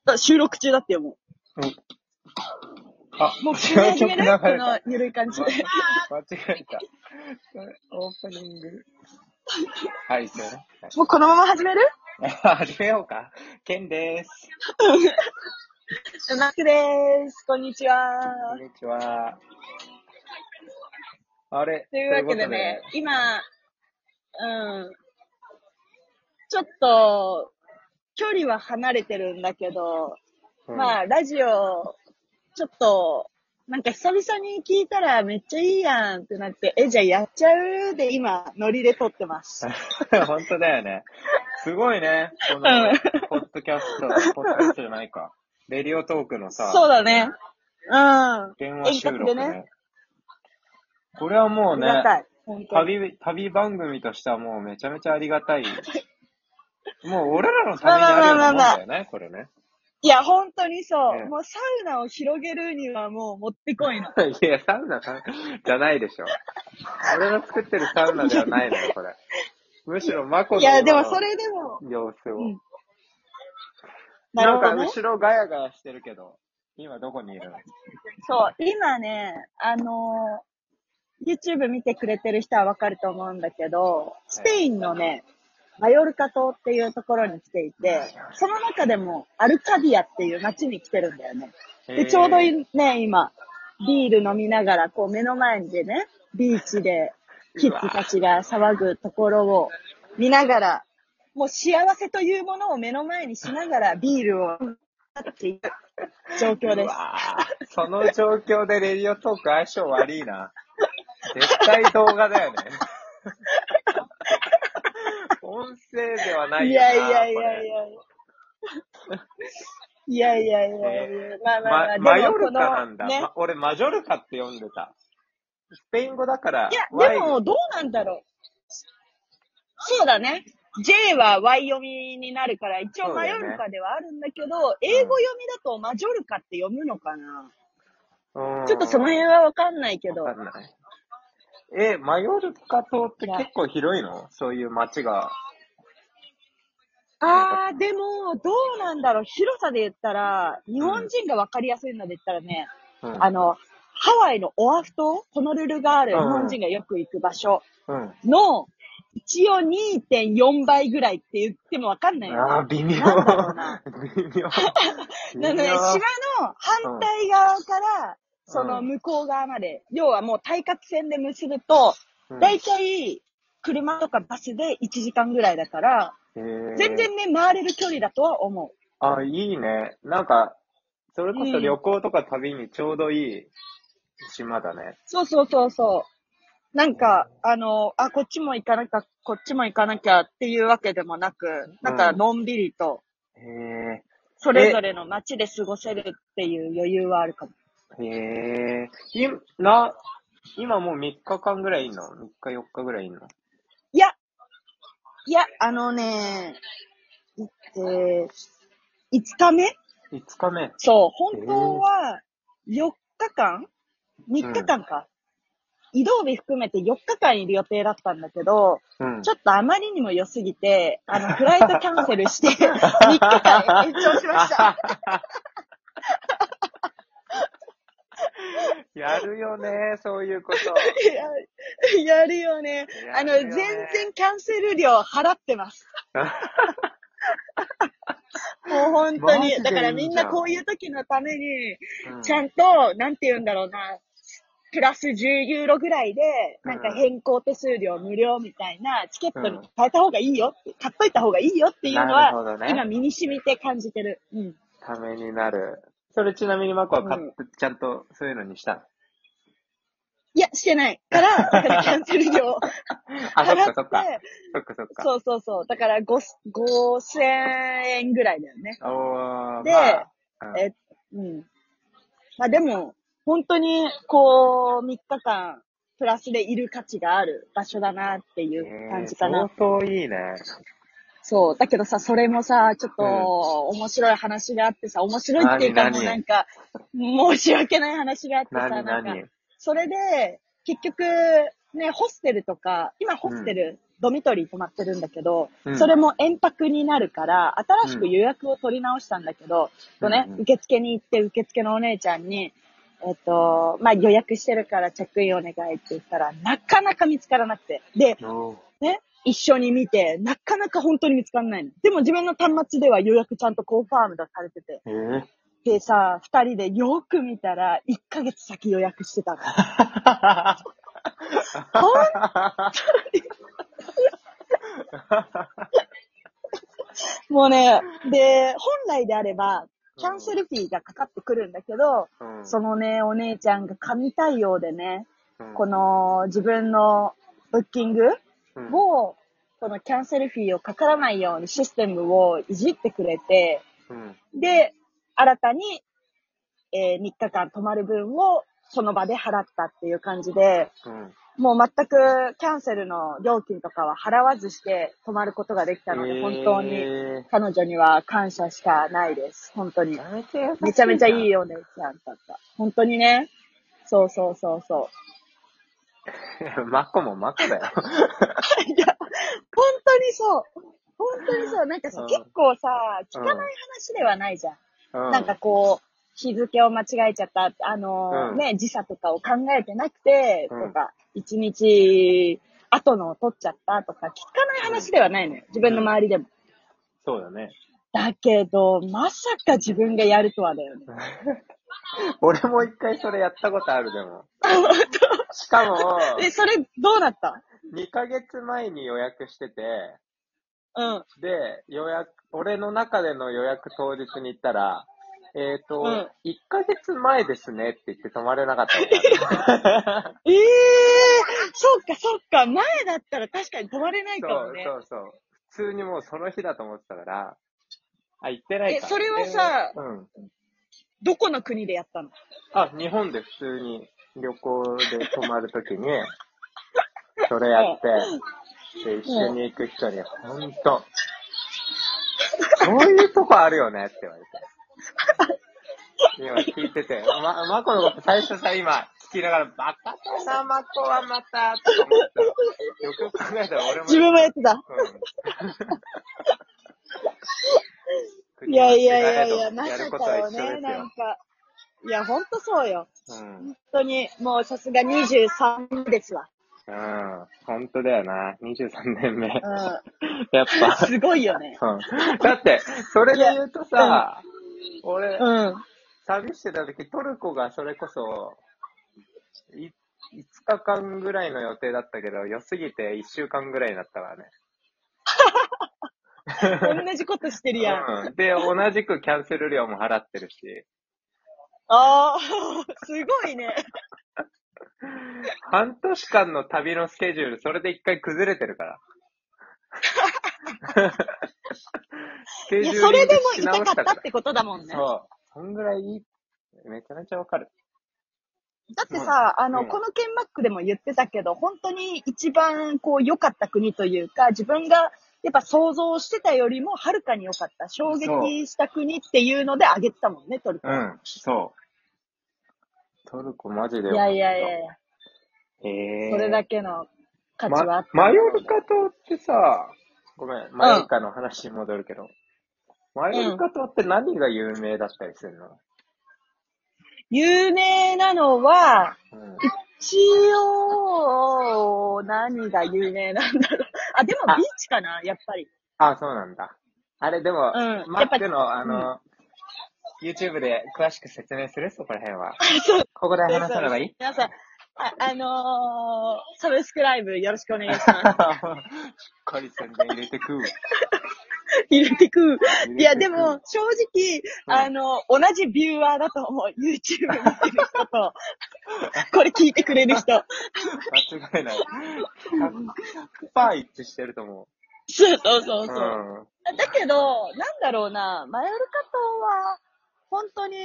収録中だってよ、もうん。あ、 う。もう普通に始めるこ収録流れたのゆるい感じで。 間違えた。オープニング。はい、そうね。 もうこのまま始める？ 始めようか。ケンです。 マックでーす。こんにちは。 こんにちは。あれというわけでね、今、ちょっと、距離は離れてるんだけど、まあ、ラジオ、ちょっと、なんか久々に聞いたらめっちゃいいやんってなって、じゃあやっちゃうで今、ノリで撮ってます。 本当だよね。すごいね。この、ポッドキャストじゃないか。レディオトークのさ。 そうだね。 電話収録ね。 遠隔でね。 これはもうね、 ありがたい。本当に。 旅番組としてはもうめちゃめちゃありがたい。もう俺らのためにあるようなもんだよね、これね。 いや、本当にそう。 ねもうサウナを広げるにはもうもってこいの。 いや、サウナじゃないでしょ。俺の作ってるサウナではないのよ、これ。むしろマコのいや、でもそれでも、 様子を。 なるほどね。 なんか後ろガヤガヤしてるけど、今どこにいるの？ そう、今ね、YouTube 見てくれてる人はわかると思うんだけど、スペインのね、マヨルカ島っていうところに来ていて、その中でもアルカディアっていう街に来てるんだよね。で、ちょうどね、今、ビール飲みながら、こう目の前でね、ビーチでキッズたちが騒ぐところを見ながら、もう幸せというものを目の前にしながらビールを飲っている状況です。 その状況でレディオトーク相性悪いな。絶対動画だよね。音声ではないよな。 いや。まあ、 マヨルカなんだ。 ね、 俺マジョルカって読んでた。スペイン語だから。 いや、でもどうなんだろう。そうだね。J は Y 読みになるから、一応マヨルカではあるんだけど、英語読みだとマジョルカって読むのかな？ちょっとその辺はわかんないけど。 わかんない。マヨルカ島って結構広いの？そういう街が。 でも、どうなんだろう。広さで言ったら、日本人がわかりやすいので言ったらね、ハワイのオアフ島、ホノルルがある日本人がよく行く場所の、一応 2.4 倍ぐらいって言ってもわかんないよね。 微妙。 なんだろうな。 微妙。 なので、島の反対側から、その向こう側まで、要はもう対角線で結ぶと、だいたい車とかバスで1時間ぐらいだから、全然ね、回れる距離だとは思う。 いいね。なんか、それこそ旅行とか旅にちょうどいい島だね。 そう。なんか、こっちも行かなきゃ、こっちも行かなきゃっていうわけでもなく、なんか、のんびりと、それぞれの街で過ごせるっていう余裕はあるかも。 今もう3日間ぐらいいんの？ 3 日4日ぐらいいんの？ いや、5日目 ?5 日目。 そう、本当は4日間 ?3 日間か。移動日含めて4日間いる予定だったんだけど、ちょっとあまりにも良すぎて、フライトキャンセルして、3日間延長しました。 やるよね、そういうこと。 やるよね。全然キャンセル料払ってます。もう本当に。だからみんなこういう時のために、ちゃんと、なんて言うんだろうな、プラス10ユーロぐらいで、なんか変更手数料無料みたいな、チケットに変えた方がいいよって、買っといた方がいいよっていうのは、今身に染みて感じてる。 ためになる。それちなみにマコは買って、ちゃんとそういうのにした？ いや、してない。から、キャンセル料払って。 そっか。 そう。だから5000円ぐらいだよね。 で、 まあでも、本当に、こう、3日間、プラスでいる価値がある場所だなっていう感じかな。 相当いいね。 そう。だけどさ、それもさ、ちょっと、面白い話があってさ、面白いっていうかもうなんか、申し訳ない話があってさ、なんか、それで、結局、ね、ホステルとか、今ホステルドミトリー泊まってるんだけど、 うんそれも延泊になるから、新しく予約を取り直したんだけど、受付に行って受付のお姉ちゃんに、予約してるからチェックインお願いって言ったら、なかなか見つからなくて。で、一緒に見て、なかなか本当に見つからないの。でも自分の端末では予約ちゃんとコンファームがされてて。でさ、二人でよく見たら、1ヶ月先予約してたの。本当に。もうね、で、本来であれば、キャンセルフィーがかかってくるんだけど、そのね、お姉ちゃんが神対応でね、この自分のブッキングを、このキャンセルフィーをかからないようにシステムをいじってくれて、で、新たに、3日間泊まる分をその場で払ったっていう感じで、もう全くキャンセルの料金とかは払わずして泊まることができたので、本当に彼女には感謝しかないです。本当に。めちゃめちゃいいお姉ちゃんだった。本当にね。そう。 マコもマコだよ。 いや、本当にそう。本当にそう。なんかさ、結構さ、聞かない話ではないじゃん。なんかこう、日付を間違えちゃった。時差とかを考えてなくて、とか、1日後のを取っちゃったとか、聞かない話ではないのよ。自分の周りでも。 そうだね。 だけど、まさか自分がやるとはだよね。 俺も一回それやったことある、でも。しかも、 それどうなった？ 2 ヶ月前に予約してて、で、俺の中での予約当日に行ったら、1ヶ月前ですねって言って泊まれなかったことある。 そっか。前だったら確かに泊まれないかもね。 そう。普通にもうその日だと思ってたから、行ってないか。 それはさ、どこの国でやったの？ 日本で普通に旅行で泊まるときに、それやって、で、一緒に行く人に、ほんと、そういうとこあるよねって言われて。今聞いてて、マコのこと最初さ、今聞きながら、バカだな、マコはまた、とか思ったら、よく考えたら俺も。 自分もやってた。いや、まさかよね、なんか。いや、ほんとそうよ。本当に、もうさすが23ですわ。 本当だよな。23年目。やっぱ。 すごいよね。 だって、それで言うとさ、俺、旅してた時、トルコがそれこそ、5日間ぐらいの予定だったけど、良すぎて1週間ぐらいになったからね。 同じことしてるやん。 で、同じくキャンセル料も払ってるし。 すごいね。 半年間の旅のスケジュール、それで一回崩れてるから。スケジュールそれでも痛かったってことだもんね。 そう。そんぐらいめちゃめちゃわかる。 だってさ、このケンマックでも言ってたけど、本当に一番こう良かった国というか、自分がやっぱ想像してたよりもはるかに良かった。衝撃した国っていうので挙げてたもんね、トルコ。 そう。トルコマジでよかった。いや。それだけの価値はあった。 マヨルカ島ってさ、ごめん、マヨルカの話に戻るけど、マヨルカ島って何が有名だったりするの？ 有名なのは、一応、何が有名なんだろう。でもビーチかな、やっぱり。 そうなんだ。あれ、でも、マックの、YouTube で詳しく説明する？そこら辺は。ここで話さればいい？ 皆さん、サブスクライブよろしくお願いします。しっかり宣伝入れてく。 入れてく。いや、でも、正直、同じビューアーだと思う。YouTube 見てる人と、これ聞いてくれる人。 間違いない。100% 一致してると思う。 そう。だけど、なんだろうな、マヨルカ島は、本当に、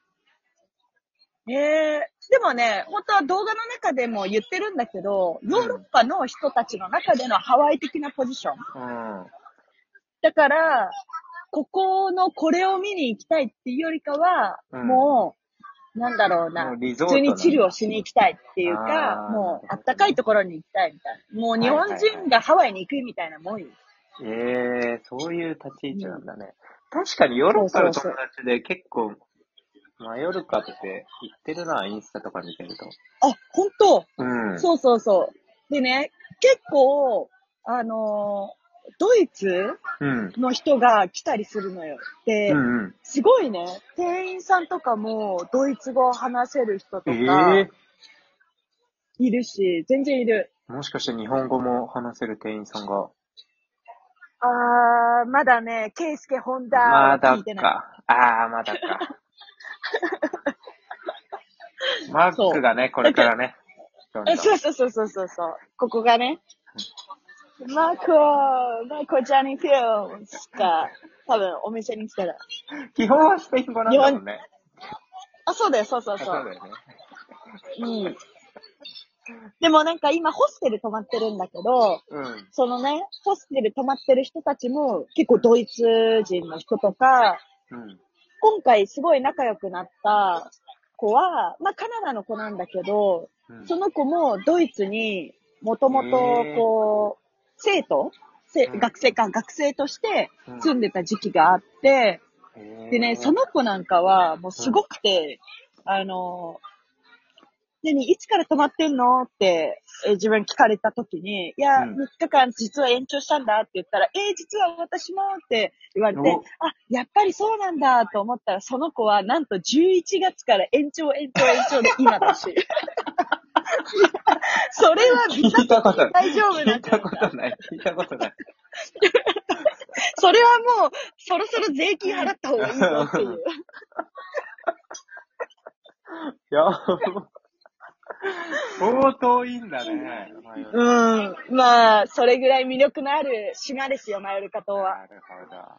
でもね、本当は動画の中でも言ってるんだけど、ヨーロッパの人たちの中でのハワイ的なポジション。だから、これを見に行きたいっていうよりかは、もなんだろうもな、 うリゾートなんだ普通にチルをしに行きたいっていうか、 あーもうあったかいところに行きたいみたいな。もう日本人がハワイに行くみたいなもんよ。 そういう立ち位置なんだね。確かにヨーロッパの友達で結構、マヨルカって言ってるな、インスタとか見てると。 あ、ほんとうん。 そうそうそう。でね、結構、ドイツうん。 の人が来たりするのよ。で、 うんすごいね、店員さんとかもドイツ語を話せる人とうん。 かいるし、全然いる。 もしかして日本語も話せる店員さんが。 まだね、ケイスケホンダはまだ聞いてない。 か。まだか。マックがね、これからね。どんどんそうそうそうそうそう。ここがね、マコジャニフィルムスか、多分お店に来たら。 基本はスペイン語なんだもんね。 そうだよ、そうそうそう。 そうだよね。 うん。でもなんか今ホステル泊まってるんだけど、 うん。 そのね、ホステル泊まってる人たちも結構ドイツ人の人とか、 うん。 今回すごい仲良くなった子は、まあカナダの子なんだけど、 うんその子もドイツにもともとこう、学生として住んでた時期があって、でね、その子なんかはもうすごくて、いつから泊まってんのって、自分聞かれた時に、いや、3日間実は延長したんだって言ったら、実は私もって言われて、やっぱりそうなんだと思ったら、その子はなんと11月から延長で今だし。それはビザ的に大丈夫なんだ。 聞いたことない。 それはもう、そろそろ税金払った方がいいぞっていう。 いや、相当いいんだね。 まあ、それぐらい魅力のある島ですよ、マヨルカ島は。 なるほど。